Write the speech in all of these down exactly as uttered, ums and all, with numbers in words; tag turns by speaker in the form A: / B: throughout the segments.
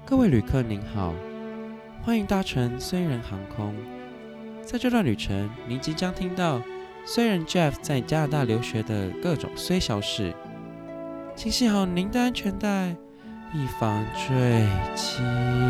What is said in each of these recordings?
A: 各位旅客您好，欢迎搭乘虽然航空。在这段旅程，您即将听到虽然 Jeff 在加拿大留学的各种虽小事，请系好您的安全带，以防坠机。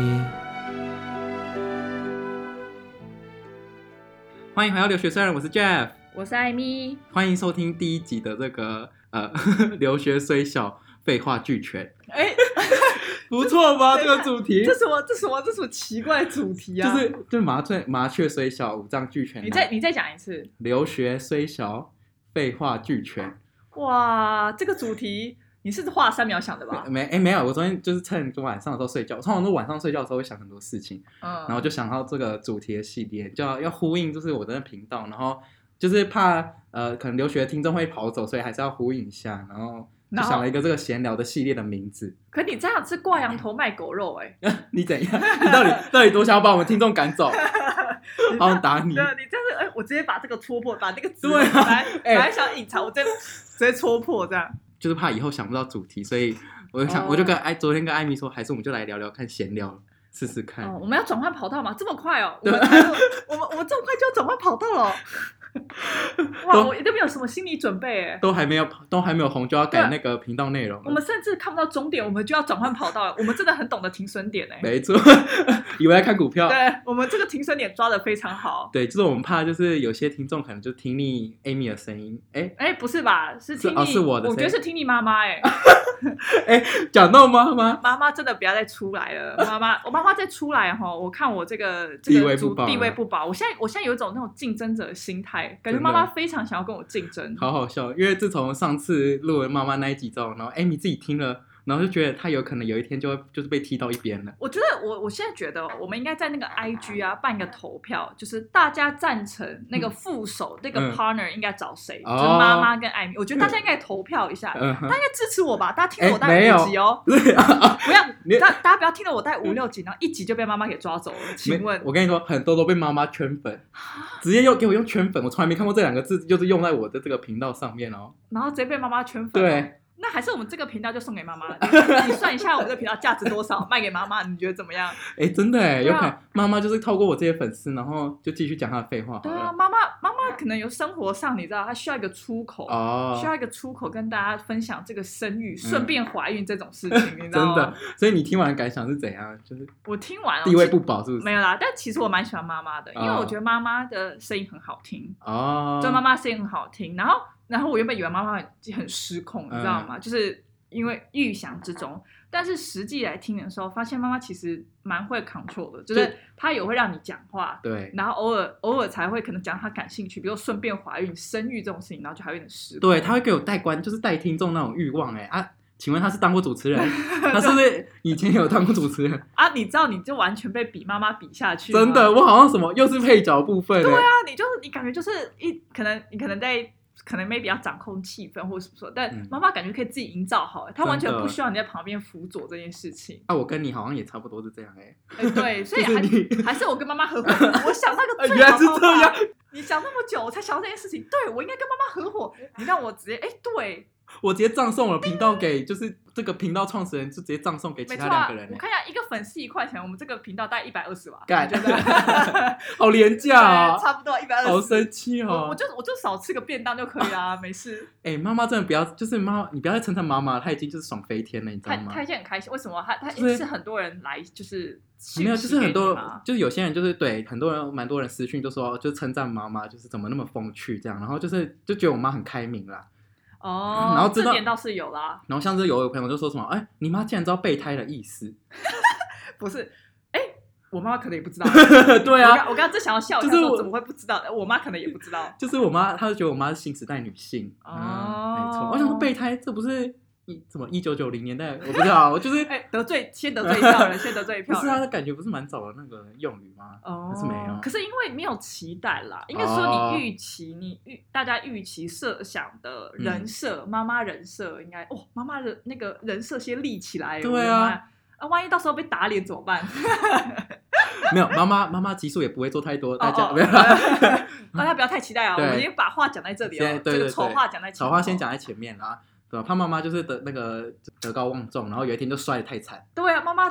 B: 欢迎回到留学虽然，我是 Jeff，
C: 我是艾米，
B: 欢迎收听第一集的这个呃留学虽小，废话俱全。
C: 哎，
B: 不错吧？这个主题，
C: 这什么？这什么？这什么奇怪的主题啊？
B: 就是就是麻雀麻雀虽小，五脏俱全。
C: 你再你再讲一次。
B: 留学虽小，废话俱全。
C: 哇，这个主题你是花了三秒想的吧？
B: 没哎没有，我昨天就是趁晚上的时候睡觉，通常都晚上睡觉的时候会想很多事情，
C: 嗯，
B: 然后就想到这个主题的系列，就要要呼应就是我的频道，然后就是怕呃可能留学的听众会跑走，所以还是要呼应一下，然后就想了一个这个闲聊的系列的名字。
C: 可你这样是挂羊头卖狗肉哎、欸！
B: 你怎样？你到底到底多想要把我们听众赶走？好打你！
C: 对，你这样子，哎、欸，我直接把这个戳破，把这个字
B: 对啊，
C: 来、欸、来想隐藏，我直接直接戳破这样。
B: 就是怕以后想不到主题，所以我就想，
C: oh.
B: 我就跟艾昨天跟艾米说，还是我们就来聊聊看闲聊，试试看。
C: 哦，我们要转换跑道吗？这么快哦？我们我们我们这么快就要转换跑道了？哇，我都没有什么心理准备哎，
B: 都还没有都还没有红就要改那个频道内容。
C: 我们甚至看不到终点，我们就要转换跑道了。我们真的很懂得停损点哎，
B: 没错，以为在看股票。
C: 对，我们这个停损点抓得非常好。
B: 对，就是我们怕，就是有些听众可能就听腻 Amy 的声音。哎
C: 哎，不是吧？是听腻、
B: 哦、是我的声音，
C: 我觉得是听腻妈妈哎。
B: 哎，讲到妈妈，
C: 妈妈真的不要再出来了。妈妈，我妈妈再出来哈，我看我这个这个
B: 地位不保，
C: 地位不保。我现在我现在有一种那种竞争者的心态，感觉妈妈非常想要跟我竞争。
B: 好好笑，因为自从上次录了妈妈那一集之后，然后 Amy 自己听了，然后就觉得她有可能有一天就会就是被踢到一边了。
C: 我觉得我我现在觉得我们应该在那个 I G 啊办一个投票，就是大家赞成那个副手、嗯、那个 partner 应该找谁，嗯、就是妈妈跟艾米。我觉得大家应该投票一下，嗯、大家应该支持我吧？大家听了我大概五集哦，不要大大家不要听了我大概五六集，然后一集就被妈妈给抓走了。请问，
B: 我跟你说，很多都被妈妈圈粉，直接又给我用圈粉，我从来没看过这两个字，就是用在我的这个频道上面哦。
C: 然后直接被妈妈圈粉、哦，
B: 对。
C: 那还是我们这个频道就送给妈妈了。你算一下我们这个频道价值多少，卖给妈妈，你觉得怎么样？
B: 哎、欸，真的哎，有可能妈妈就是透过我这些粉丝，然后就继续讲她的废话。
C: 对啊，妈妈妈妈可能有生活上，你知道，她需要一个出口，哦、需要一个出口跟大家分享这个生育，顺、嗯、便怀孕这种事情，你知道吗？
B: 真的，所以你听完感想是怎样？就是
C: 我听完、哦、
B: 地位不保是不是？
C: 没有啦，但其实我蛮喜欢妈妈的，因为我觉得妈妈的声音很好听
B: 哦，
C: 就妈妈声音很好听，然后然后我原本以为妈妈很很失控，你知道吗？嗯、就是因为预想之中，但是实际来听的时候，发现妈妈其实蛮会 control 的，就是她也会让你讲话，
B: 对，
C: 然后偶尔偶尔才会可能讲她感兴趣，比如说顺便怀孕、生育这种事情，然后就还有点失控。
B: 对，她会给我带观，就是带听众那种欲望哎啊。请问他是当过主持人？他是不是以前有当过主持人
C: 啊？你知道，你就完全被比妈妈比下去。
B: 真的，我好像什么又是配角部分。
C: 对啊，你就是你感觉就是一可能你可能在可能 maybe 要掌控气氛或者什么说，但妈妈感觉可以自己营造好，她、嗯、完全不需要你在旁边辅佐这件事情。
B: 啊，我跟你好像也差不多是这样哎、
C: 欸欸。对，所以还是还是我跟妈妈合伙。我想那个
B: 最好的方法。原来是这样。
C: 你想那么久，我才想到这件事情。对，我应该跟妈妈合伙。你让我直接哎、欸，对。
B: 我直接葬送了频道给，就是这个频道创始人就直接葬送给其他两个人、欸
C: 啊。我看一下，一个粉丝一块钱，我们这个频道大概一百二十吧。
B: 干，好廉价啊！
C: 差不多一百二十。
B: 好生气哦！
C: 我, 我就我就少吃个便当就可以啦，没事。
B: 哎、欸，妈妈真的不要，就是妈，你不要再称赞妈妈，她已经就是爽飞天了，你知道吗？
C: 她已经很开心，为什么？她她是很多人来，就是
B: 没有，就是很多，就是有些人就是对很多人，蛮多人私讯就说，就称赞妈妈，就是怎么那么风趣这样，然后就是就觉得我妈很开明啦。
C: 哦，
B: 然后知道
C: 这点倒是有啦。
B: 然后像是有个朋友就说什么，哎，你妈竟然知道备胎的意思？
C: 不是，哎，我妈可能也不知道。
B: 对啊，
C: 我刚刚正想要笑，就是我怎么会不知道？我妈可能也不知道。
B: 就是我妈，她就觉得我妈是新时代女性。哦，嗯、没错。我想说备胎，这不是一什么一九九零年代？我不知道，我就是
C: 哎得罪，先得罪一票人，先得罪一票人。
B: 不是啊，感觉不是蛮早的那个用语吗？哦，还是没有。
C: 可是因为没有期待啦，应该说你预期，你预大家预期设想的人设，妈妈人设应该哦，妈妈的那个人设先立起来。
B: 对啊，
C: 啊，万一到时候被打脸怎么办？
B: 没有，妈妈妈妈集数也不会做太多，大家
C: 哦哦大家不要太期待啊！我们已经把话讲在这里了，
B: 对对对，
C: 这个丑话讲在前面，
B: 丑话先讲在前面啦。对吧？怕妈妈就是得那个德高望重，然后有一天就摔得太惨。
C: 对啊，妈妈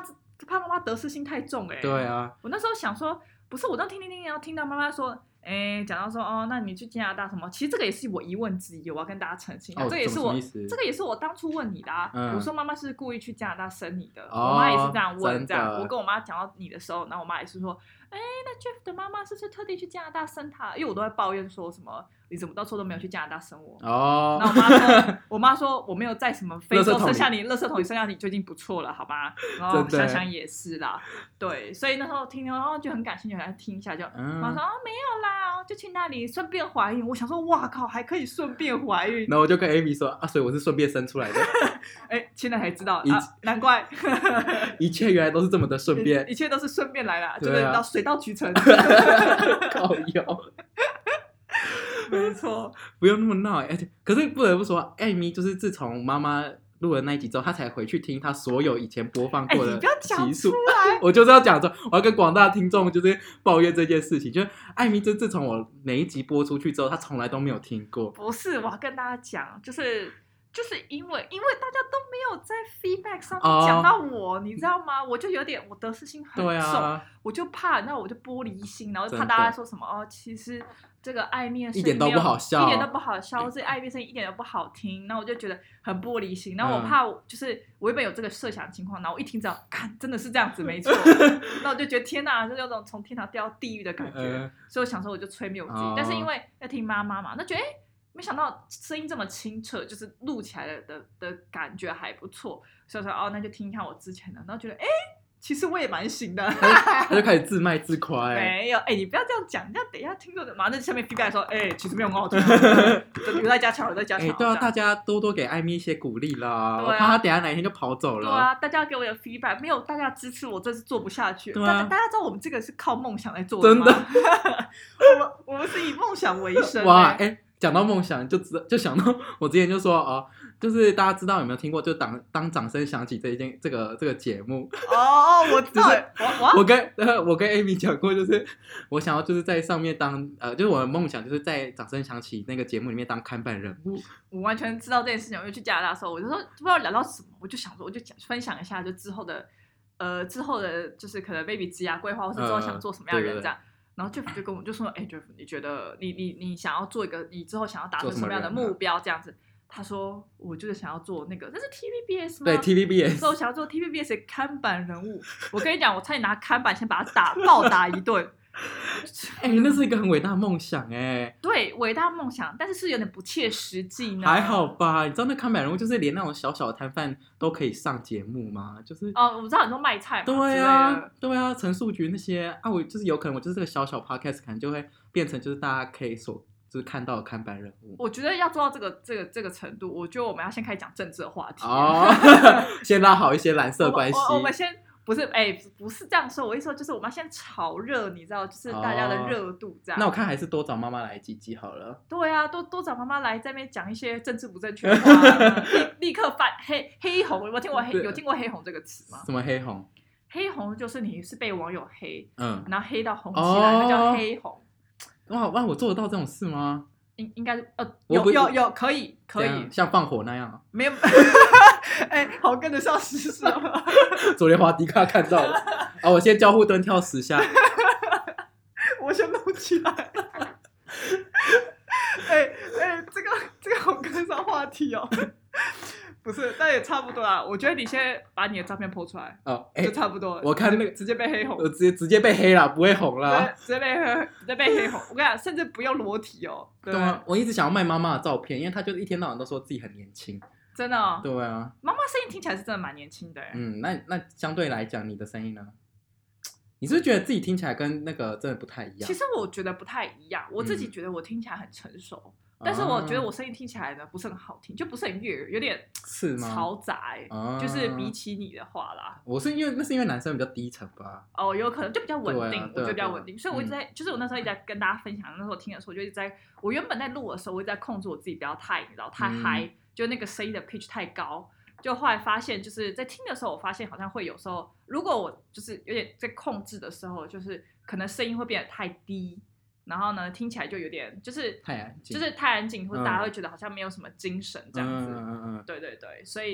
C: 怕妈妈得失心太重哎、欸。
B: 对啊，
C: 我那时候想说，不是我当听听听，然后听到妈妈说。哎，讲到说哦，那你去加拿大什么？其实这个也是我疑问之一，我要跟大家澄清一下，
B: 哦、
C: 这个也是我，
B: 这
C: 个也是我当初问你的啊。
B: 嗯、
C: 我说妈妈是故意去加拿大生你的，
B: 哦、
C: 我妈也是这样问，这样。
B: 我
C: 跟我妈讲到你的时候，然后我妈也是说，哎，那 Jeff 的妈妈是不是特地去加拿大生他？因为我都在抱怨说什么，你怎么到时候都没有去加拿大生我？
B: 哦。
C: 然后我妈说，我妈说我没有在什么非洲生下你，垃圾桶里生下你就已经不错了，好吧？然后想想也是啦，对，所以那时候听，然后就很感兴趣，来听一下，就妈说、嗯、哦没有啦，就去那里顺便怀孕。我想说，哇靠，还可以顺便怀孕。
B: 然后我就跟 Amy 说啊，所以我是顺便生出来的。
C: 哎，现在才知道啊，难怪，
B: 一切原来都是这么的顺便，
C: 一切都是顺便来的，就是到水到渠成。
B: 靠腰。
C: 没错，
B: 不用那么闹。而且，可是不得不说，艾米就是自从妈妈录了那一集之后，她才回去听她所有以前播放过的集数。我就是要讲说，我要跟广大听众就是抱怨这件事情，就是艾米，就自从我哪一集播出去之后，她从来都没有听过。
C: 不是，我要跟大家讲，就是。就是因为因为大家都没有在 feedback 上面讲到我、oh. 你知道吗？我就有点我得失心很重、啊、我就怕，那我就玻璃心，然后怕大家说什么哦，其实这个艾米的声音一点都不好笑，一点都不好笑，这艾米声音一点都不好听，然后我就觉得很玻璃心，然后我怕就是我原本有这个设想情况，然后我一听到，看真的是这样子，没错，那我就觉得天哪，就有种从天堂掉到地狱的感觉，呃、所以我想说我就催眠我自己， oh. 但是因为要听妈妈嘛，那觉得哎。没想到声音这么清澈，就是录起来的 的, 的感觉还不错，所以说哦，那就听一看我之前的，然后觉得哎，其实我也蛮行的，
B: 他就开始自卖自夸、欸。
C: 没有，哎，你不要这样讲，这样等一下听众马上在下面 feedback 说，哎，其实没有很好听，留在加强，留在加强。
B: 哎，对啊，大家多多给艾米一些鼓励啦，啊、我怕他等一下哪一天就跑走了。
C: 对啊，大家给我的 feedback， 没有大家支持我，真是做不下去。对啊，大家知道我们这个是靠梦想来做的吗？真的，我我们是以梦想为生、欸。
B: 哇，哎。讲到梦想就就想到我之前就说哦，就是大家知道有没有听过就当当掌声响起这一件这个这个节目
C: 哦，我知道，就是
B: 我跟呃我跟 Amy 讲过，就是我想要就是在上面当呃就是我的梦想就是在掌声响起那个节目里面当看板人物。
C: 我完全知道这件事情，我就去加拿大的时候，我就说不知道聊到什么，我就想说我就讲分享一下就之后的呃之后的就是可能 baby 职涯规划，或是之后想做什么样的人这样。呃对对对，然后 Jeff 就跟我就说：“哎、欸、，Jeff， 你觉得你你你想要做一个，你之后想要达成什么样的目标？这样子。”他说：“我就是想要做那个，这是 T V B S 吗？
B: 对 T V B S。
C: 说我想要做 T V B S 的看板人物。我跟你讲，我差点拿看板先把他打暴打一顿。
B: 哎、欸，那是一个很伟大的梦想哎、欸。
C: 对，伟大梦想，但是是有点不切实际呢。
B: 还好吧，你知道那看板人物就是连那种小小的摊贩都可以上节目吗？就是
C: 哦，我知道很多卖菜嘛。
B: 对啊，对啊，陈树菊那些啊，我就是有可能我就是这个小小 podcast 可能就会变成就是大家可以所就是看到的看板人物。
C: 我觉得要做到这个这个这个程度，我觉得我们要先开始讲政治的话题
B: 哦，先拉好一些蓝色关系。
C: 我, 我, 我们先。不是，哎、欸，不是这样说。我意思说，就是我们要先炒热，你知道，就是大家的热度这样。
B: 哦、那我看还是多找妈妈来几集好了。
C: 对啊，多多找妈妈来在那边讲一些政治不正确的话，立立刻反黑黑红。有没有听过黑？有听过黑红这个词吗？
B: 什么黑红？
C: 黑红就是你是被网友黑，
B: 嗯，
C: 然后黑到红起来，那、哦、叫黑红。
B: 哇哇，我做得到这种事吗？
C: 应应该是呃有有有可以可以
B: 像放火那样
C: 没有哎、欸，好跟得上时事哦。
B: 昨天华迪卡看到了啊，我先交互蹲跳十下，
C: 我先弄起来了。哎哎、欸，这个这个好跟得上话题哦。不是，但也差不多啦。我觉得你先把你的照片 po 出来哦，欸、就差不多了。
B: 我看那个
C: 直接被黑红，
B: 我直接直接被黑了，不会红了，
C: 直接被黑，直接被黑红。我跟你讲，甚至不用裸体哦。对啊，
B: 我一直想要卖妈妈的照片，因为她就是一天到晚都说自己很年轻。
C: 真的哦？
B: 对啊，
C: 妈妈声音听起来是真的蛮年轻的。
B: 嗯，那那相对来讲，你的声音呢？你是不是觉得自己听起来跟那个真的不太一样？
C: 其实我觉得不太一样，我自己觉得我听起来很成熟。嗯，但是我觉得我声音听起来呢不是很好听，就不是很悦耳，有点
B: 是吗？
C: 嘈杂、欸啊，就是比起你的话啦。
B: 我是因为那是因为男生比较低沉吧？
C: 哦，有可能就比较稳定，
B: 啊、
C: 我觉得比较稳定，所以我一直在、嗯，就是我那时候一直在跟大家分享，那时候听的时候，我就一直在，我原本在录的时候，我一直在控制我自己不要太，你知道，太嗨、嗯，就那个声音的 pitch 太高。就后来发现，就是在听的时候，我发现好像会有时候，如果我就是有点在控制的时候，就是可能声音会变得太低。然后呢，听起来就有点就是
B: 太安静，
C: 就是太安静，或者大家会觉得好像没有什么精神这样子。
B: 嗯嗯嗯，
C: 对对对，所以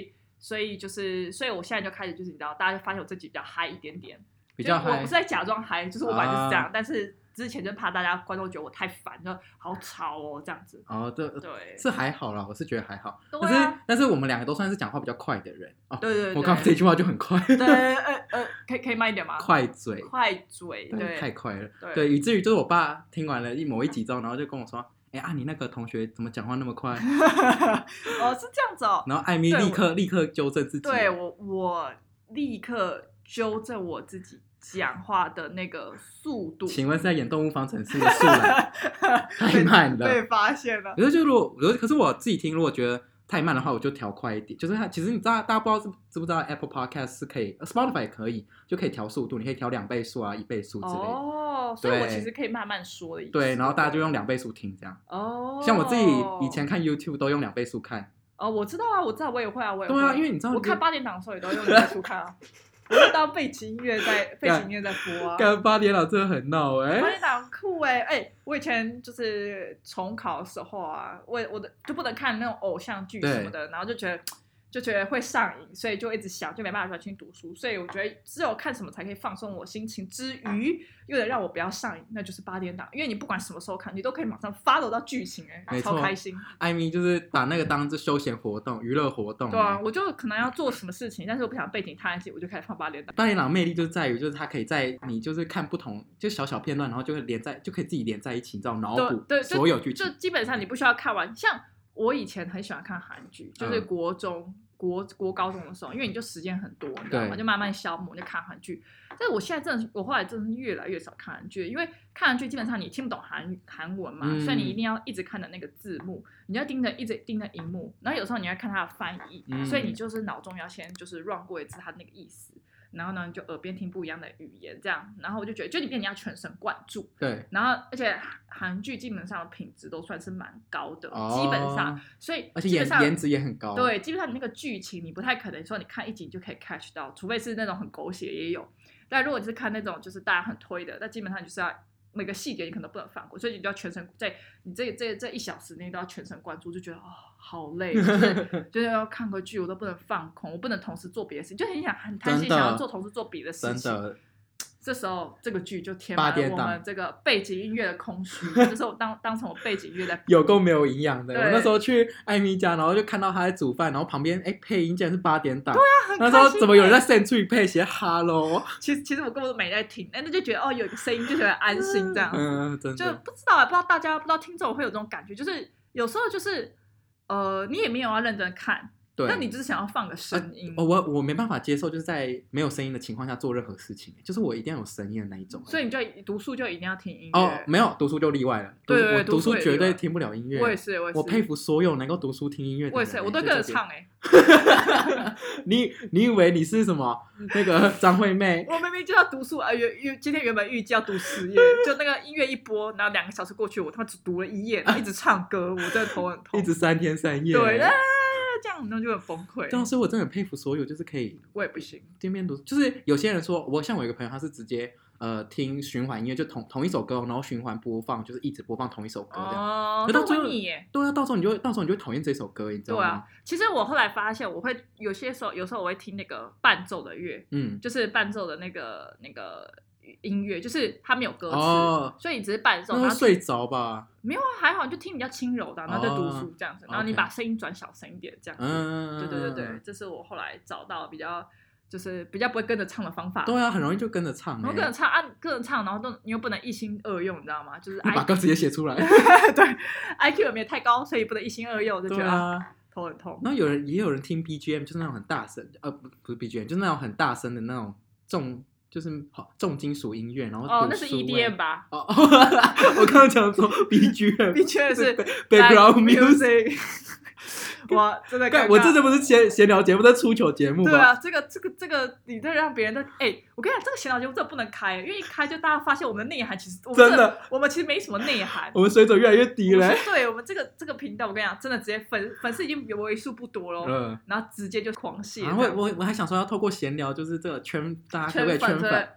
C: 所以就是所以我现在就开始就是你知道大家就发现我这集比较嗨一点点，
B: 比较嗨，
C: 我不是在假装嗨，就是我本来就是这样、啊、但是之前就怕大家观众觉得我太烦，就好吵哦这样子。
B: 哦，对对，是还好啦，我是觉得还好。
C: 对啊、
B: 但是但是我们两个都算是讲话比较快的人。哦、
C: 对, 对对，
B: 我刚这句话就很快。
C: 对，呃呃，可以可以慢一点吗？
B: 快嘴，
C: 快嘴，对，
B: 太快了。
C: 对，
B: 对，以至于就是我爸听完了某一集之后，然后就跟我说：“哎啊，你那个同学怎么讲话那么快？”
C: 哦，是这样子哦。
B: 然后艾米立刻立刻纠正自己。
C: 对我我立刻纠正我自己。讲话的那个速度，
B: 请问是在演动物方程式的速来太慢了，
C: 被发现了。
B: 可是就如果，可是我自己听，如果觉得太慢的话，我就调快一点。就是它，其实你知道，大家不知道知知不知道 ，Apple Podcast 是可以 ，Spotify 也可以，就可以调速度，你可以调两倍速啊、一倍速之类的。
C: 哦，所以我其实可以慢慢说的意思。
B: 对，然后大家就用两倍速听这样。
C: 哦，
B: 像我自己以前看 YouTube 都用两倍速看。
C: 哦，我知道啊，我知道，我也会啊，我也会。
B: 对啊，因为你知道，
C: 我看八点档的时候也都用两倍速看啊。我就当背景音乐在背景音乐在播啊，
B: 干八点档真的很闹哎、欸，
C: 八点档酷哎、欸、哎、欸，我以前就是重考的时候啊，我我的就不能看那种偶像剧什么的，然后就觉得就觉得会上瘾，所以就一直想，就没办法专心读书，所以我觉得只有看什么才可以放松我心情之余，又得让我不要上瘾，那就是八点档，因为你不管什么时候看，你都可以马上 follow 到剧情哎、欸，超开心。
B: 艾米就是把那个当做休闲活动、娱乐活动。
C: 对啊，我就可能要做什么事情，但是我不想背景太安静，我就开始放八点档。
B: 八点档魅力就在于，就是它可以在你就是看不同就小小片段，然后就会连在，就可以自己连在一起，你知道脑补所有剧情。
C: 就基本上你不需要看完，像我以前很喜欢看韩剧，就是国中。嗯国国高中的时候，因为你就时间很多，你知道吗？就慢慢消磨，就看韩剧。但是我现在真的，我后来真的是越来越少看韩剧，因为看韩剧基本上你听不懂韩韩文嘛、嗯，所以你一定要一直看的那个字幕，你要盯着一直盯着荧幕，然后有时候你要看它的翻译、嗯，所以你就是脑中要先就是 run 过一次它那个意思。然后呢，你就耳边听不一样的语言，这样，然后我就觉得，就里面你要全神贯注，
B: 对。
C: 然后，而且韩剧基本上的品质都算是蛮高的，哦、基本上，所以
B: 而且颜颜值也很高。
C: 对，基本上你那个剧情你不太可能说你看一集就可以 catch 到，除非是那种很狗血也有。但如果你是看那种就是大家很推的，那基本上就是要每个细节你可能不能放过，所以你就要全神在你这这这一小时内都要全神贯注，就觉得哦好累，就是就是要看个剧我都不能放空，我不能同时做别的事情，就很想很贪心想要做同时做别的事情。
B: 真的，
C: 这时候这个剧就填满了我们这个背景音乐的空虚，就是我当当成我背景音乐在
B: 有够没有营养的。我那时候去艾米家，然后就看到她在煮饭，然后旁边哎配音竟然是八点档。
C: 对啊，很开心。
B: 那时候怎么有人在century去配写 hello？
C: 其实其实我根本都没在听，但是就觉得哦有一个声音就觉得安心这样子。
B: 嗯，真的。
C: 就不知道啊，不知道大家不知道听众会有这种感觉，就是有时候就是呃你也没有要认真看。对，但你只是想要放个声音、
B: 呃、我我没办法接受就是在没有声音的情况下做任何事情，就是我一定要有声音的那一种。
C: 所以你就读书就一定要听音乐
B: 哦？没有，读书就例外了。
C: 对对对，
B: 我读书绝对听不了音乐。
C: 我也是，我也是。
B: 我佩服所有能够读书听音乐的人。
C: 我也是，我都跟着唱哎、欸。
B: 你你以为你是什么那个张惠妹？
C: 我明明就要读书啊，原今天原本预计要读十页，就那个音乐一播，然后两个小时过去，我他妈只读了一页，然后一直唱歌，我真的头很痛，
B: 一直三天三夜。
C: 对。这样那就很崩溃。
B: 对啊，所以我真的很佩服所有就是可以，
C: 我也不行。
B: 边边读，就是有些人说，我像我有一个朋友，他是直接呃听循环音乐，就同同一首歌，然后循环播放，就是一直播放同一首歌这样。
C: 哦，
B: 可到最后
C: 你耶，
B: 对啊，到时候你就会到时候你就会讨厌这首歌，你知道吗？
C: 对啊，其实我后来发现，我会有些时候，有时候我会听那个伴奏的乐，嗯，就是伴奏的那个那个。音乐就是它没有歌词、哦，所以你只是伴奏，
B: 那会睡着吧？
C: 没有啊，还好，就听比较轻柔的，然后在读书这样子、哦，然后你把声音转小声一点这样子。嗯，对对对对，这是我后来找到比较就是比较不会跟着唱的方法。
B: 对啊，很容易就跟着唱、欸，
C: 然后跟着唱，按、啊、跟着唱，然后都你又不能一心二用，你知道吗？就是
B: 你把歌词也写出来。
C: 对 ，I Q 也没太高，所以不能一心二用，就觉得、啊、头很痛。
B: 然后有人也有人听 B G M， 就是那种很大声，呃，不不是 B G M， 就是那种很大声的那种重。就是重金属音乐，然后
C: 哦，那是 E D M 吧？
B: 哦，我刚刚讲说 B G M，B
C: G M 是
B: background music。
C: 哇，真的尴尬！
B: 我这这不是闲闲聊节目，这是出糗节目吧？
C: 对啊，这个这个这个，你这让别人的哎、欸，我跟你讲，这个闲聊节目真的不能开，因为一开就大家发现我们的内涵其实我们真的，我们其实没什么内涵，
B: 我们水准越来越低了。
C: 对，我们这个这个频道，我跟你讲，真的直接粉粉丝已经为数不多了，嗯，然后直接就狂泻。
B: 然后我我我还想说要透过闲聊，就是这个圈大家可不可以圈粉
C: 啊？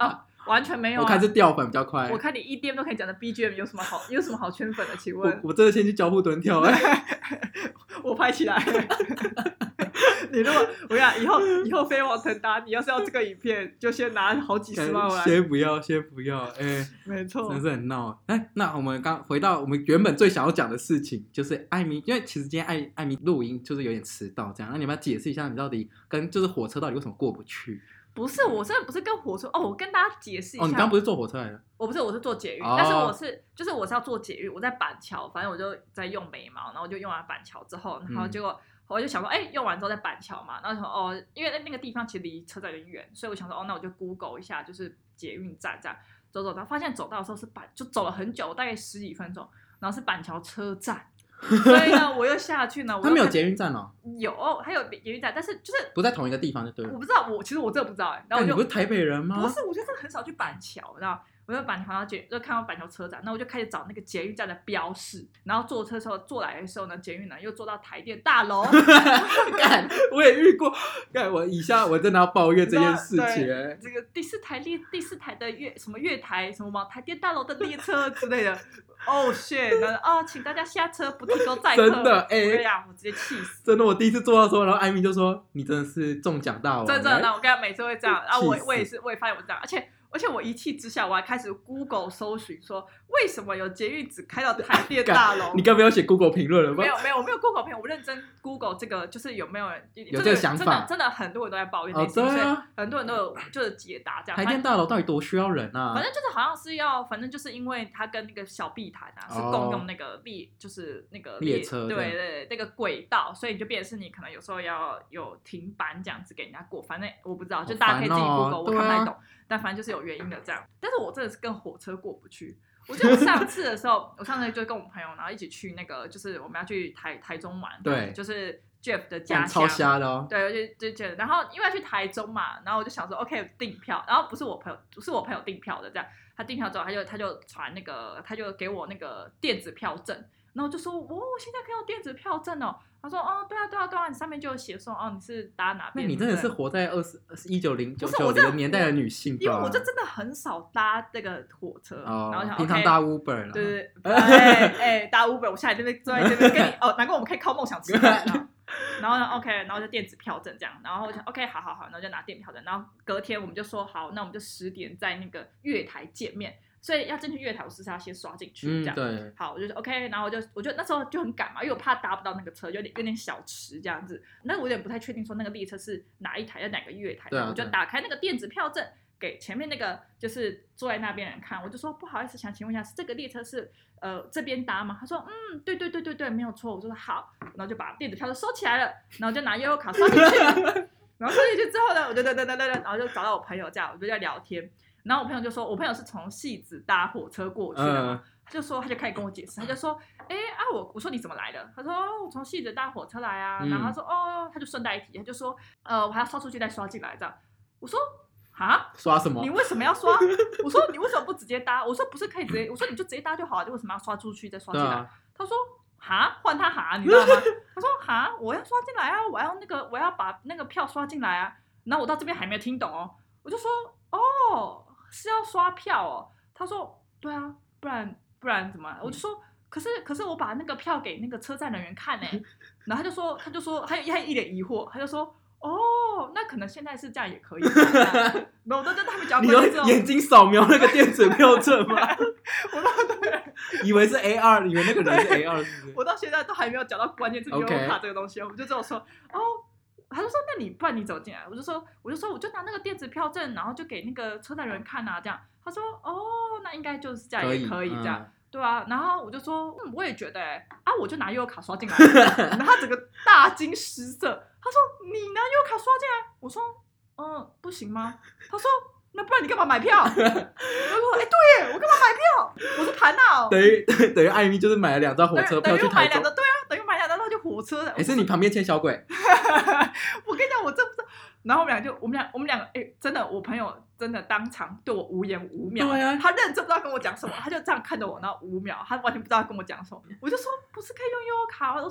C: 完全没有、啊。
B: 我看是掉粉比较快。
C: 我看你 E D M 都可以讲的 B G M 有什么好有什么好圈粉的？请问？
B: 我我真的先去交互蹲跳哎，
C: 我拍起来。你如果我讲以后以后飞黄腾达，你要是要这个影片，就先拿好几十万来。
B: 先不要，先不要，哎、欸，
C: 没错，
B: 真是很闹。哎，那我们刚回到我们原本最想要讲的事情，就是艾米，因为其实今天艾艾米录音就是有点迟到，这样，那你们要解释一下，你到底跟就是火车到底为什么过不去？
C: 不是，我真的不是跟火车哦，我跟大家解释一下。
B: 哦，你刚刚不是坐火车来的？
C: 我不是，我是坐捷运，
B: 哦、
C: 但是我是就是我是要坐捷运，我在板桥，反正我就在用眉毛，然后就用完板桥之后，然后结果。嗯我就想说，哎、欸，用完之后在板桥嘛，然后想说哦，因为那个地方其实离车站有点远，所以我想说，哦，那我就 Google 一下，就是捷运站这样走走，然后发现走到的时候是板，就走了很久，大概十几分钟，然后是板桥车站，所以呢，我又下去呢，
B: 他没有捷运站哦，
C: 有，还有捷运站，但是就是
B: 不在同一个地方就对了。
C: 我不知道，我其实我真的不知道哎、欸，然后我就
B: 你不是台北人吗？
C: 不是，我觉得真的很少去板桥，你知道。我在板桥，然后就看到板桥车站，那我就开始找那个捷运站的标示，然后坐车的时候坐来的时候呢，捷运呢又坐到台电大楼。
B: 干，我也遇过。干，我以下我真的要抱怨这件事情。
C: 这个第四台列第四台的月什么月台什么往台电大楼的列车之类的。哦 shit！ 然后哦，请大家下车，不提供载客。
B: 真的，哎、欸，
C: 呀，我直接气死。
B: 真的，我第一次坐到的时候，然后艾米就说：“你真的是中奖大王。”
C: 真的，那我跟他每次会这样，然后我我也是，我也发现我这样，而且。而且我一气之下，我还开始 Google 搜寻说，为什么有捷运只开到台电大楼？
B: 你该不要写 Google 评论了吧？
C: 没有没有，我没有 Google 评论，我认真 Google 这个，就是有没有人
B: 有这个想法？
C: 真的真的很多人都在抱怨这件事，
B: 哦对啊，
C: 所以很多人都有就是解答这样。
B: 台电大楼到底多需要人啊？
C: 反正就是好像是要，反正就是因为它跟那个小碧潭啊、哦、是共用那个列，就是那个
B: 列车，
C: 对 对, 对那个轨道，所以就变成是你可能有时候要有停班这样子给人家过。反正我不知道，就大家可以自己 Google，、哦、我看不太懂。但反正就是有原因的这样，但是我真的是跟火车过不去。我记得我上次的时候，我上次就跟我朋友，然后一起去那个，就是我们要去台台中玩，
B: 对，
C: 就是 Jeff 的家乡，
B: 超瞎的哦。
C: 对，就就觉得，然后因为要去台中嘛，然后我就想说 ，OK 订票，然后不是我朋友，不是我朋友订票的，这样他订票之后，他就他就传那个，他就给我那个电子票证，然后我就说，哦，现在可以有电子票证哦。他说：“哦，对啊，对啊，对啊，你上面就有写说，哦，你是搭哪边？”那
B: 你真的是活在二十一九零九九零年代的女性吧？
C: 因为我就真的很少搭这个火车，
B: 哦、
C: 然后想
B: 平常搭 Uber 了，
C: 对对对，哎哎，搭 Uber， 我下来这边坐在这边跟你哦，难怪我们可以靠梦想吃饭。然后呢 ，OK， 然后就电子票证这样，然后我就 OK， 好好好，然后就拿电子票证，然后隔天我们就说好，那我们就十点在那个月台见面。所以要进去月台，我是不是要先刷进去？这样、嗯、
B: 对。
C: 好，我就 OK， 然后我就我就那时候就很赶嘛，因为我怕搭不到那个车，有点有点小迟这样子。那我有点不太确定说那个列车是哪一台，在哪个月台。
B: 对、啊。
C: 我就打开那个电子票证，给前面那个就是坐在那边的人看，我就说不好意思，想请问一下，是这个列车是呃这边搭吗？他说嗯，对对对对对，没有错。我说好，然后就把电子票证收起来了，然后就拿悠游卡刷进去。然后刷进去之后呢，我就噔噔噔噔噔，然后就找到我朋友这样，我就在聊天。然后我朋友就说，我朋友是从汐止搭火车过去的嘛、嗯，他就说，他就开始跟我解释，他就说，哎啊，我我说你怎么来的？他说，哦、我从汐止搭火车来啊。嗯、然后他说，哦，他就顺带一提，他就說，呃，我還要刷出去再刷進來這樣。我說，哈？
B: 刷什麼？
C: 你為什麼要刷？我說，你為什麼不直接搭？我說，不是可以直接，我說你就直接搭就好了，就為什麼要刷出去再刷進來？啊、他說，哈？換他哈？你知道嗎？他說，哈？我要刷進來啊，我要那個，我要把那個票刷進來啊。然後我到這邊還沒有聽懂哦，我就說，哦。是要刷票哦，他說對啊，不然不然怎麼？我就說可是可是我把那個票給那個車站人員看呢，然後他就說他就說他他一臉疑惑，他就說哦，那可能現在是這樣也可以。沒有，我都真的還沒講過。你用
B: 眼睛掃描那個電子票證嗎？
C: 我到對，
B: 以為是 A R， 以為那個人是 A R， 是不是？
C: 我到現在都還沒有講到關鍵字悠遊卡這個東西，我就只有說哦。他就說：“那你不然你走進來。”我就說：“我就說我就拿那個電子票證，然後就給那個車站人看啊，這樣。”他說：“哦，那應該就是這樣也可以這樣，嗯、對啊。”然後我就說：“嗯，我也覺得哎，啊，我就拿悠遊卡刷進來。”然後他整個大驚失色。他說：“你拿悠遊卡刷進來？”我說：“嗯，不行嗎？”他說：“那不然你幹嘛買票？”我就說：“哎，對耶，我幹嘛買票？我是盤啊。”
B: 等於等於艾咪就是買了兩張火車票去台中。
C: 對啊，等於買兩張，然後就火車。
B: 哎，是你旁邊牽小鬼。
C: 我跟你講，我真不知道。然後我們倆就，我們倆，我們兩個，哎，真的，我朋友真的當場對我無言五秒。
B: 對啊。
C: 他認真不知道跟我講什麼，他就這樣看着我，然後五秒，他完全不知道跟我講什麼。我就說，不是可以用悠遊卡嗎？我說，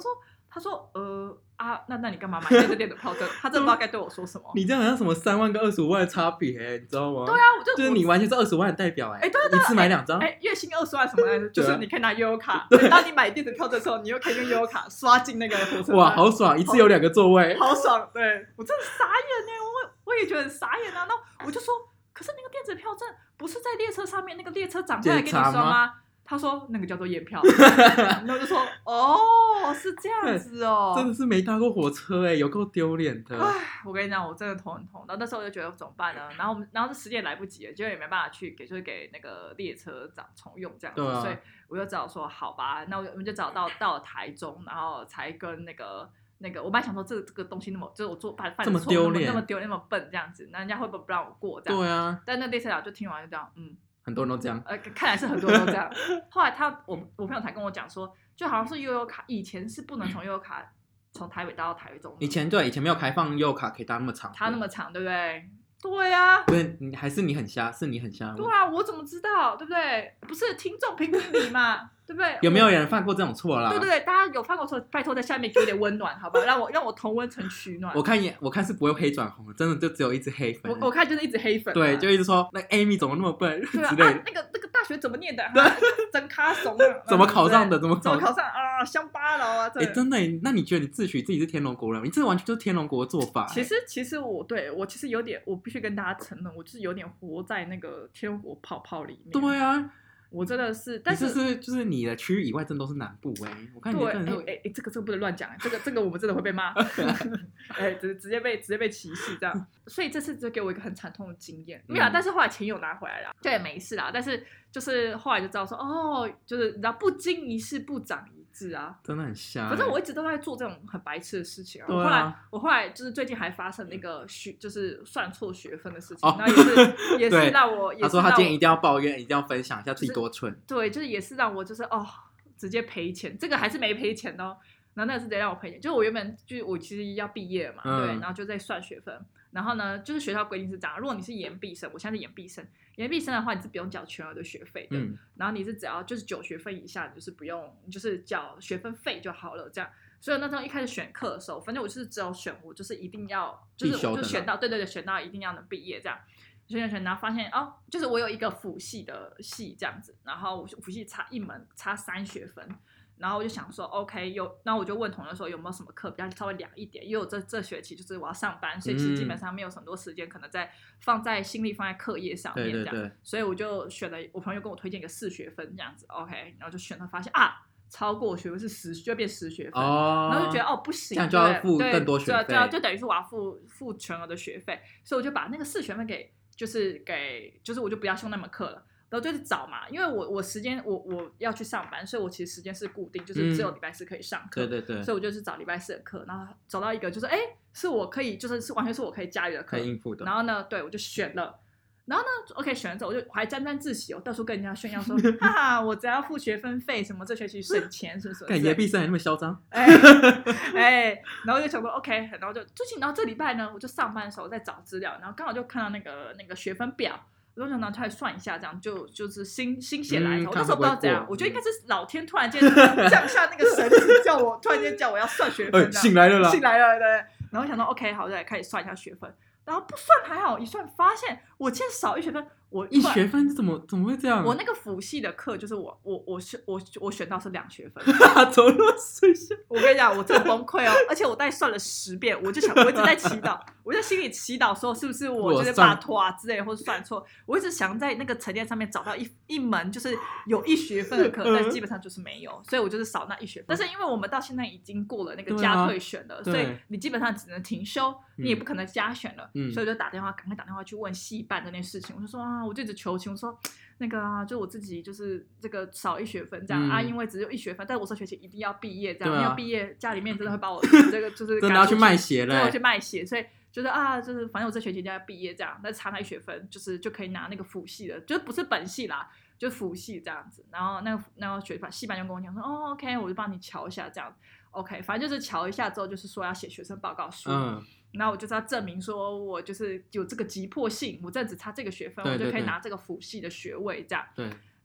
C: 他说呃啊，那那你干嘛买这电子票证？他真的不知道该对我说什么。
B: 你这样好像什么三万跟二十五万的差别、欸，你知道吗？
C: 对啊，我就
B: 就是你完全是二十万的代表哎、欸，
C: 哎、欸，对对，
B: 一次买两张，
C: 哎、欸，月薪二十万什么来着？就是你可以拿悠游卡，对，当你买电子票证的时候，你又可以用悠游卡刷进那个火车站。
B: 哇，好爽，一次有两个座位，
C: 好爽。对，我真的傻眼呢，我我也觉得很傻眼啊。然后我就说，可是那个电子票证不是在列车上面那个列车长会来给你刷吗？他说那个叫做验票，然后我就说哦，是这样子哦，
B: 真的是没搭过火车哎，有够丢脸的。
C: 唉，我跟你讲，我真的头很痛。然后那时候我就觉得怎么办呢？然后我们，然后这时间来不及了，结果也没办法去给，就是给那个列车长重用这样子，啊、所以我就只好说好吧，那我们就找到到了台中，然后才跟那个。那个我本来想说这个这个东西那么就是我做犯犯错那么那么丢脸那么笨这样子，那人家会不会不让我过这样？
B: 对啊。
C: 但那列车长就听完就这样，嗯。
B: 很多人都这样，
C: 呃，看来是很多人都这样。后来他，我我朋友才跟我讲说，就好像是悠游卡，以前是不能从悠游卡从台北搭到台中。
B: 以前对，以前没有开放悠游卡可以搭那么长，
C: 搭那么长，对不对？对啊，
B: 不是你还是你很瞎，是你很瞎。
C: 对啊，我怎么知道，对不对？不是听众评评理嘛，对不对？
B: 有没有人犯过这种错啦？
C: 对对对，大家有犯过错，拜托在下面给我点温暖，好不好？让我让我同温层取暖。
B: 我看也我看是不会黑转红的，真的就只有一只黑粉。
C: 我我看就是一直黑粉、啊，
B: 对，就一直说那 Amy 怎么那么笨
C: 对、啊、
B: 之类的。
C: 啊、那个那个大学怎么念的？啊、真卡怂啊！
B: 怎么考上的？怎么
C: 怎么考上啊？乡巴佬啊！
B: 哎、欸，真的，那你觉得你自诩自己是天龙国人？你这完全就是天龙国的做法、欸。
C: 其实，其实我对我其实有点，我必须跟大家承认，我就是有点活在那个天龙国泡泡里面。
B: 对啊，
C: 我真的是，但是
B: 你这是就是你的区域以外，真的都是南部哎、欸。我看你
C: 对，
B: 哎
C: 哎哎，这个这个不能乱讲，这个这个我们真的会被骂，哎，直直接被直接被歧视这样。所以这次就给我一个很惨痛的经验，没有、啊，但是后来钱有拿回来了，就也没事啦。但是就是后来就知道说，哦，就是你知道不经一事不长一智啊，
B: 真的很瞎、欸。
C: 反正我一直都在做这种很白痴的事情啊。
B: 啊
C: 我后来我后来就是最近还发生那个学，就是算错学分的事情，然后也是也是让我，也是
B: 他说他今天一定要抱怨，一定要分享一下自己多蠢。
C: 就是、对，就是也是让我就是哦，直接赔钱，这个还是没赔钱哦。然后那个是直接让我赔钱，就是我原本就是我其实要毕业了嘛，嗯、对，然后就在算学分。然后呢，就是学校规定是这样，如果你是延毕生，我现在是延毕生，延毕生的话你是不用缴全额的学费的，嗯、然后你是只要就是九学分以下，你就是不用，你就是缴学分费就好了，这样。所以那时候一开始选课的时候，反正我就是只有选，我就是一定要，就是我就选到，对对对，选到一定要能毕业这样。选选选，然后发现哦，就是我有一个辅系的系这样子，然后我辅系差一门，差三学分。然后我就想说 ，OK， 有，然后我就问同学说有没有什么课比较稍微凉一点，因为我这这学期就是我要上班，所以其实基本上没有很多时间，可能在放在心力放在课业上面这样，
B: 对对对，
C: 所以我就选了，我朋友跟我推荐一个四学分这样子 ，OK， 然后就选了，发现啊，超过学分是十，就变十学分，
B: 哦，
C: 然后就觉得哦不行，
B: 这样就要付更多学费，
C: 对，就就等于是我要付付全额的学费，所以我就把那个四学分给，就是给，就是我就不要修那门课了。然后就是找嘛，因为我我时间我我要去上班，所以我其实时间是固定，就是只有礼拜四可以上课、
B: 嗯。对对对。
C: 所以我就是找礼拜四的课，然后找到一个就是哎，是我可以就是是完全是我可以驾驭的课，
B: 可以应付的。
C: 然后呢，对我就选了，然后呢 ，OK 选了之后，我就我还沾沾自喜，我到处跟人家炫耀说，哈哈，我只要付学分费，什么这学期省钱，是不是？
B: 看延毕生还那么嚣张。
C: 哎哎，然后就想说 OK， 然后就最近，然后这礼拜呢，我就上班的时候在找资料，然后刚好就看到那个那个学分表。我就想拿出来算一下，这样就就是心心血来潮、嗯。我那时候不知道怎样，我觉得应该是老天突然间降下那个神旨，叫我突然间叫我要算学分、欸，
B: 醒来了啦，
C: 醒来了，对。然后想到 OK， 好，再开始算一下学分。然后不算还好，一算发现我竟然少一学分。我
B: 一学分怎么怎么会这样？
C: 我那个辅系的课就是我我我选我我选到是两学分，
B: 怎么那么水下？
C: 我跟你讲，我真的崩溃哦！而且我大概算了十遍，我就想，我一直在祈祷，我在心里祈祷说，是不是我就是把拖啊之类，或者算错？我一直想在那个成绩上面找到一一门就是有一学分的课，但是基本上就是没有，所以我就是少那一学分。但是因为我们到现在已经过了那个加退选了，
B: 啊、
C: 所以你基本上只能停修，你也不可能加选了，
B: 嗯、
C: 所以我就打电话，赶快打电话去问系办这件事情。我就说啊，我就一直求情。说那个啊，就我自己就是这个少一学分这样、嗯、啊，因为只有一学分，但是我这学期一定要毕业这样，没有、啊、毕业家里面真的会把我这个就是
B: 真的要去卖血了，
C: 真的要去卖血，所以就是啊，就是反正我这学期一定要毕业这样，那差那一学分就是就可以拿那个辅系的，就是不是本系啦，就辅系这样子。然后那个那个学系办就跟我讲说，哦 ，OK， 我就帮你瞧一下这样 ，OK， 反正就是瞧一下之后，就是说要写学生报告书。嗯，然后我就是要证明说我就是有这个急迫性，我真的只差这个学分，
B: 对对对，
C: 我就可以拿这个辅系的学位这样。
B: 对。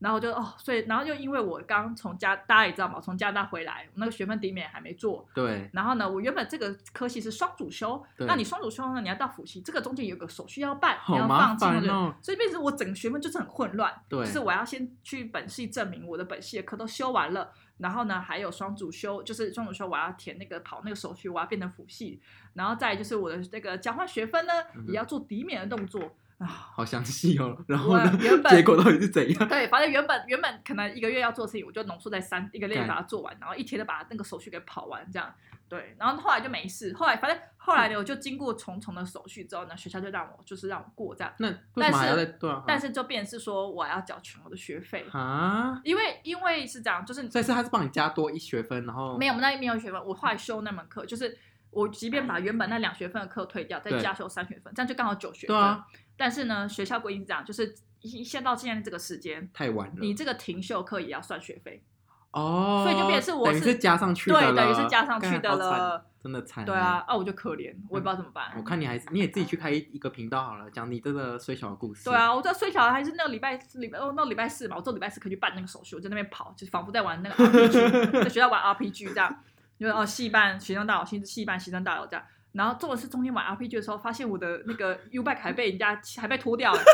C: 然后就哦，所以然后又因为我刚从加，大家也知道嘛，从加拿大回来，我那个学分底免还没做。
B: 对。
C: 然后呢，我原本这个科系是双主修，那你双主修呢，你要到辅系，这个中间有个手续要办，
B: 好
C: 你要放弃，
B: 哦、
C: 所以变成我整个学分就是很混乱。
B: 对。
C: 就是我要先去本系证明我的本系的课都修完了，然后呢还有双主修，就是双主修我要填那个跑那个手续，我要变成辅系，然后再来就是我的那个交换学分呢，嗯、也要做底免的动作。
B: 好详细哦，然后呢，结果到底是怎样？
C: 对，反正原本原本可能一个月要做的事情，我就浓缩在三一个月把它做完，然后一天就把那个手续给跑完，这样。对，然后后来就没事。后来反正后来呢，我就经过重重的手续之后呢，学校就让我就是让我过这样。
B: 那为什么还要再对啊？
C: 但是就变成是说我要缴全额的学费
B: 啊，
C: 因为因为是这样，就是
B: 所以是他是帮你加多一学分，然后
C: 没有，我们那没有学分，我后来修那门课就是。我即便把原本那两学分的课退掉，再加修三学分，这样就刚好九学分。
B: 啊、
C: 但是呢，学校规定是这样，就是现到现在这个时间
B: 太晚了，
C: 你这个停修课也要算学费。
B: 哦，
C: 所以就变成是我是
B: 等于是加上去的了，
C: 对，等于是加上去的了，
B: 真的惨。
C: 对啊，啊我就可怜，我也不知道怎么办。
B: 嗯、我看你还是你也自己去开一个频道好了，讲你这个虽小的故事。
C: 对啊，我知道虽小还是那个礼拜礼拜哦，那个礼拜四嘛，我做礼拜四可以去办那个手续，我在那边跑，就仿佛在玩那个 R P G， 在学校玩 R P G 这样，因为哦系办学生大佬，系办学生大佬这样。然后做的是中间玩 R P G 的时候，发现我的那个 U-bike 还被人家还被脱掉了。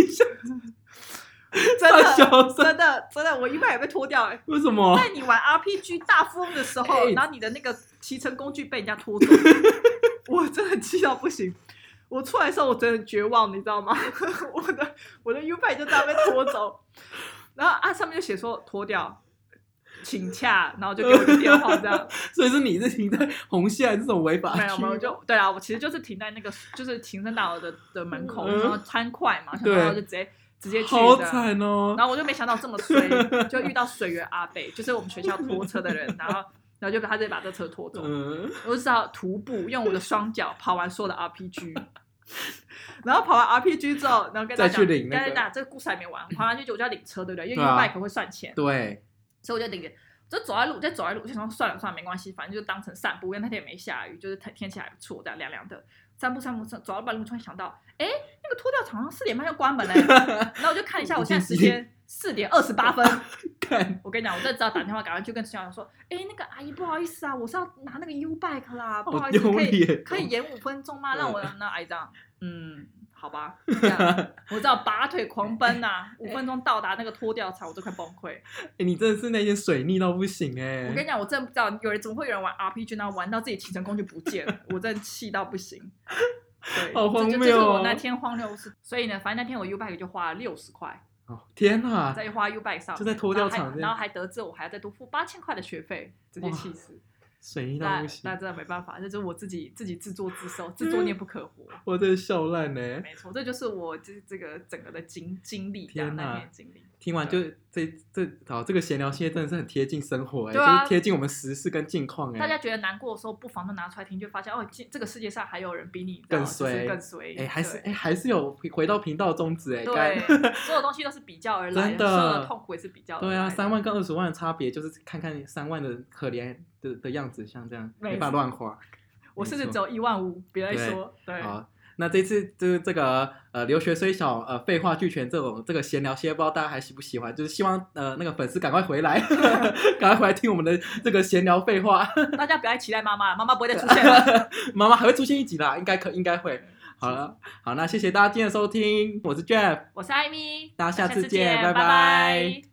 C: 真的真的真的，我 U-bike 也被脱掉哎！
B: 为什么？
C: 在你玩 R P G 大富翁的时候，欸、然后你的那个骑乘工具被人家拖走，我真的气到不行。我出来的时候，我真的绝望，你知道吗？我的我的 U-bike 就这样被拖走，然后啊上面就写说脱掉。请洽，然后就给我一个电话这样。
B: 所以是你是停在红线还是这种违法区？
C: 没有没有，就对啊，我其实就是停在那个就是停车大楼的的门口，然后贪快嘛，然后就直接直接去。
B: 好惨哦！
C: 然后我就没想到这么衰，就遇到水源阿北，就是我们学校拖车的人，然后然后就他直接把这车拖走，嗯、我就只好徒步用我的双脚跑完所有的 R P G。然后跑完 R P G 之后，然后跟大家讲，跟大家讲这个故事还没完，跑完 R P G 我就要领车，对不对？因为 U-bike 会算钱。
B: 对。
C: 所以我就领，就走在路，再走在路，我就想说算了算了，没关系，反正就当成散步。因为那天也没下雨，就是天气还不错，这样凉凉的。散步散步走到半路，突然想到，哎，那个脱掉厂商四点半就关门嘞。然后我就看一下，我现在时间四点二十八分。我跟你讲，我真的只要打电话，赶快就跟小杨说，哎，那个阿姨不好意思啊，我是要拿那个 U-bike 啦，不好意思，可以可以延五分钟吗？让我那阿姨这样，嗯。好吧，这样我知道拔腿狂奔啊，五分钟到达那个脱掉场，我就快崩溃。
B: 哎、欸，你真的是那天水逆到不行哎、欸！
C: 我跟你讲，我真的不知道有人怎么会有人玩 R P G， 然后玩到自己骑乘工具不见了，我真的气到不行。对，
B: 好荒谬哦！
C: 这就是我那天荒谬事。所以呢，反正那天我 U-bike 就花了六十块。
B: 哦天哪！
C: 在花 U-bike 上，
B: 就在脱掉场，
C: 然后还得知我还要再多付八千块的学费，直接气死。
B: 水逆到不行，
C: 那真的没办法，这就是我自己自己自作自受，自作孽不可活。
B: 我真的笑烂呢。
C: 没错，这就是我这这个整个的经经历，天哪，经历。
B: 听完就这这好，这个闲聊系列真的是很贴近生活哎、欸，啊、就是贴近我们时事跟近况哎。
C: 大家觉得难过的时候，不妨就拿出来听，就发现哦，这个世界上还有人比你
B: 更衰，
C: 就是、更衰。
B: 哎、欸，还是哎、欸，还是有回到频道宗旨哎、欸。
C: 对，所有东西都是比较而来的，所有的痛苦也是比较而来的。
B: 对啊，三万跟二十万的差别，就是看看三万的可怜的的样子，像这样没法乱花。
C: 我甚至只有一万五，别来说。对。
B: 好，那这次就是这个呃留学虽小呃废话俱全这种这个闲聊系列，不知道大家还喜不喜欢？就是希望呃那个粉丝赶快回来，赶快回来听我们的这个闲聊废话。
C: 大家不要期待妈妈，妈妈不会再出现了，
B: 妈妈还会出现一集啦，应该可应该会。好了，好，那谢谢大家今天的收听，我是 Jeff，
C: 我是艾咪，
B: 大家下次见，
C: 拜
B: 拜拜。